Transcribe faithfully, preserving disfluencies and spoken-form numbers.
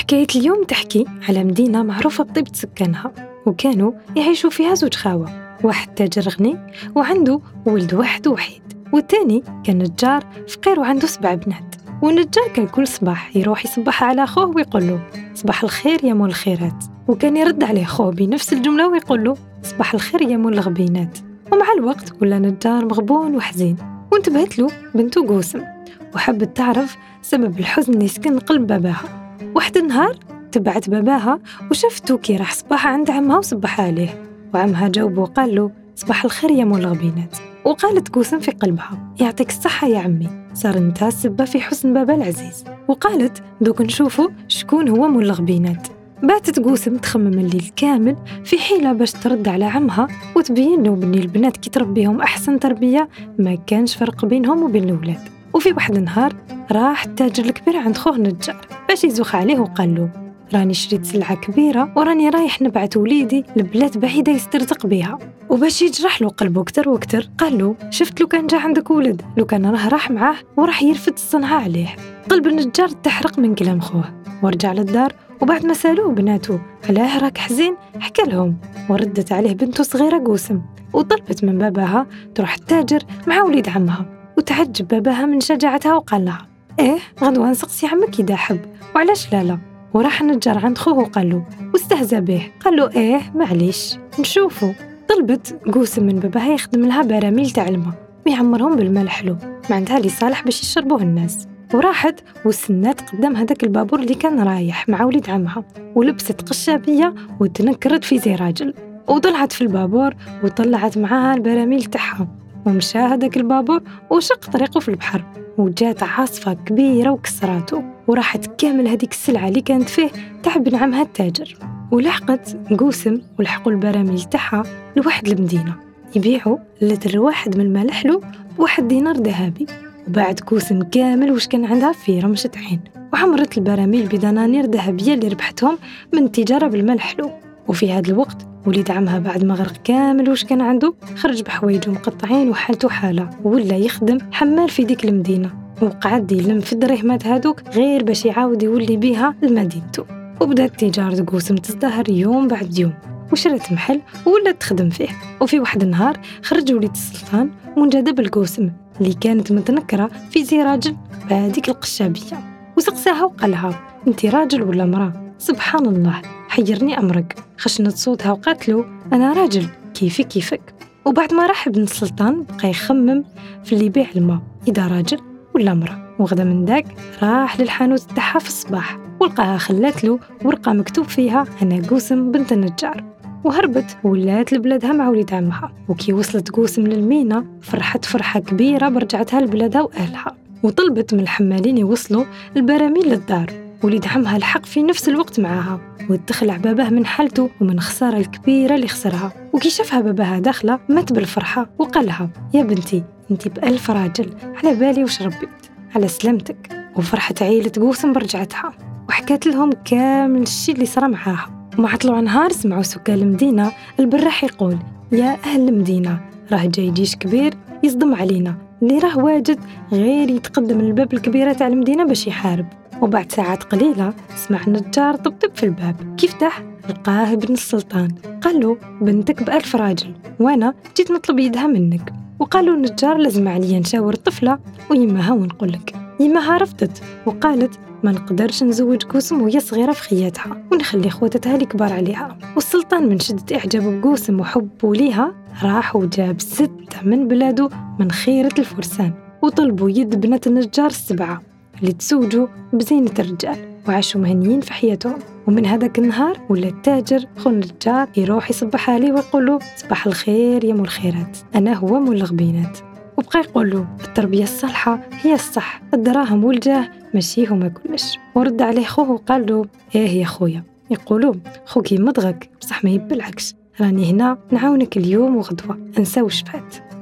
حكاية اليوم تحكي على مدينة معروفة بطيبة سكانها، وكانوا يعيشوا فيها زوج خاوة، واحد تاجر غني وعنده ولد واحد وحيد، والتاني كان نجار فقير وعنده سبع بنات. والنجار كان كل صباح يروح يصبح على أخوه ويقول له صباح الخير يا مول الخيرات، وكان يرد عليه أخوه بنفس الجملة ويقول له صباح الخير يا مول الغبينات. ومع الوقت ولا نجار مغبون وحزين، وانتبهت له بنته قوسم وحبت تعرف سبب الحزن اللي سكن قلب باباها. واحد النهار تبعت باباها وشافته كي راح صباح عند عمها وصبح عليه، وعمها جاوبه وقال له صباح الخير يا مول الغبينات. وقالت قوسم في قلبها يعطيك الصحة يا عمي، صار انت السبة في حسن بابا العزيز. وقالت دوك نشوفوا شكون هو مول الغبينات. باتت قوسم تخمم الليل كامل في حيلة باش ترد على عمها وتبين له بني البنات كي تربيهم أحسن تربية ما كانش فرق بينهم وبين الأولاد. وفي واحد النهار راح التاجر الكبير عند خوه النجار باش يزوخ عليه وقال له راني شريت سلعة كبيرة وراني رايح نبعت وليدي لبلاد بعيدة يسترزق بها. وباش يجرح له قلبه كتر وكتر قال له شفت لو كان جا عندك ولد لو كان راه راح معاه وراح يرفد الصنعة عليه. قلب النجار تحرق من كلام خوه ورجع للدار، وبعد ما سالوه بناته علاه راك حزين حكى لهم، وردت عليه بنته صغيرة قوسم وطلبت من باباها تروح التاجر مع وليد عمها. وتعجب باباها من شجاعتها وقال لها ايه غدوة نسقسي عمك إذا حب وعلاش لا لا. وراح النجار عند خوه وقال له واستهزأ به قال له ايه معليش نشوفه. طلبت قوسم من باباها يخدم لها براميل تاع الماء ويعمرهم بالماء الحلو، ما عندها لي صالح باش يشربوه الناس. وراحت واستنات قدام هذاك البابور اللي كان رايح مع وليد عمها، ولبست قشابية وتنكرت في زي راجل، وطلعت في البابور وطلعت معاها البراميل تاعها. ومشى هذاك البابور وشق طريقه في البحر، وجات عاصفة كبيرة وكسراته، وراحت كامل هذيك السلعة اللي كانت فيه تاع بن عمها التاجر. ولحقت قوسم ولحقوا البراميل تاعها لواحد المدينة يبيعوا لتر واحد من الماء الحلو بواحد دينار ذهبي. وبعد قوسم كامل وش كان عندها في رمشة عين، وعمرت البراميل بدنانير ذهبية اللي ربحتهم من التجارة بالماء الحلو. وفي هذا الوقت وليد عمها بعد ما غرق كامل وش كان عنده خرج بحوايجه مقطعين وحالته حالة، ولا يخدم حمال في ديك المدينة، وقعد يلم في الدرهمات هادوك غير باش يعاود يولي بيها لمدينته. وبدات تجارة قوسم تزدهر يوم بعد يوم، وشرت محل وولات تخدم فيه. وفي واحد النهار خرج وليد السلطان وانجذب القوسم اللي كانت متنكرة في زي راجل بهذيك القشابية، وسقساها وقالها انتي راجل ولا مرأة؟ سبحان الله حيرني أمرك. خشنت صوتها وقالت له أنا راجل كيفي كيفك. وبعد ما راح ابن السلطان بقى يخمم في اللي يبيع الماء إذا راجل ولا مرأة، وغدا من داك راح للحانوت تاعها في الصباح ولقاها خلات له ورقة مكتوب فيها أنا قوسم بنت النجار، وهربت ولات لبلادها مع وليد عمها. وكي وصلت قوسم للمينا فرحت فرحة كبيرة برجعتها لبلادها وأهلها، وطلبت من الحمالين يوصلوا البراميل للدار. وليد عمها الحق في نفس الوقت معها، وتخلع باباه من حالته ومن الخسارة الكبيرة اللي خسرها. وكي شافها باباها داخلة مات بالفرحة وقال لها يا بنتي انتي بألف راجل على بالي وش ربيت على سلامتك. وفرحت عيلة قوسم برجعتها وحكات لهم كامل الشيء اللي صار معاها. ومع طلوع نهار سمعوا سكان المدينة البراح يقول يا أهل المدينة راه جاي جيش كبير يصدم علينا، اللي راه واجد غير يتقدم الباب الكبيرة تاع المدينة باش يحارب. وبعد ساعات قليلة سمع النجار طبطب في الباب، كيف فتح لقاه ابن السلطان قال له بنتك بألف راجل وانا جيت نطلب يدها منك. وقال له النجار لازم عليا نشاور الطفلة ويمها ونقولك. يمها رفضت وقالت ما نقدرش نزوج قوسم وهي صغيرة في خياتها ونخلي خواتتها اللي كبار عليها. والسلطان من شدة إعجابه بقوسم وحبه ليها راح وجاب ستة من بلاده من خيرة الفرسان وطلبوا يد بنات النجار السبعة اللي تزوجوا بزينة الرجال، وعاشوا مهنيين في حياتهم. ومن هذاك النهار ولا التاجر خو النجار يروح يصبح عليه ويقول له صباح الخير يا مول الخيرات أنا هو مول الغبينات. وبقى يقول له التربية الصالحة هي الصح، الدراهم والجاه ماشي هما كلش. ورد عليه خوه وقال له ايه يا خويا يقولوا خوكي مضغك بصح ما يبلعكش، راني هنا نعاونك اليوم وغدوة انسى وش فات.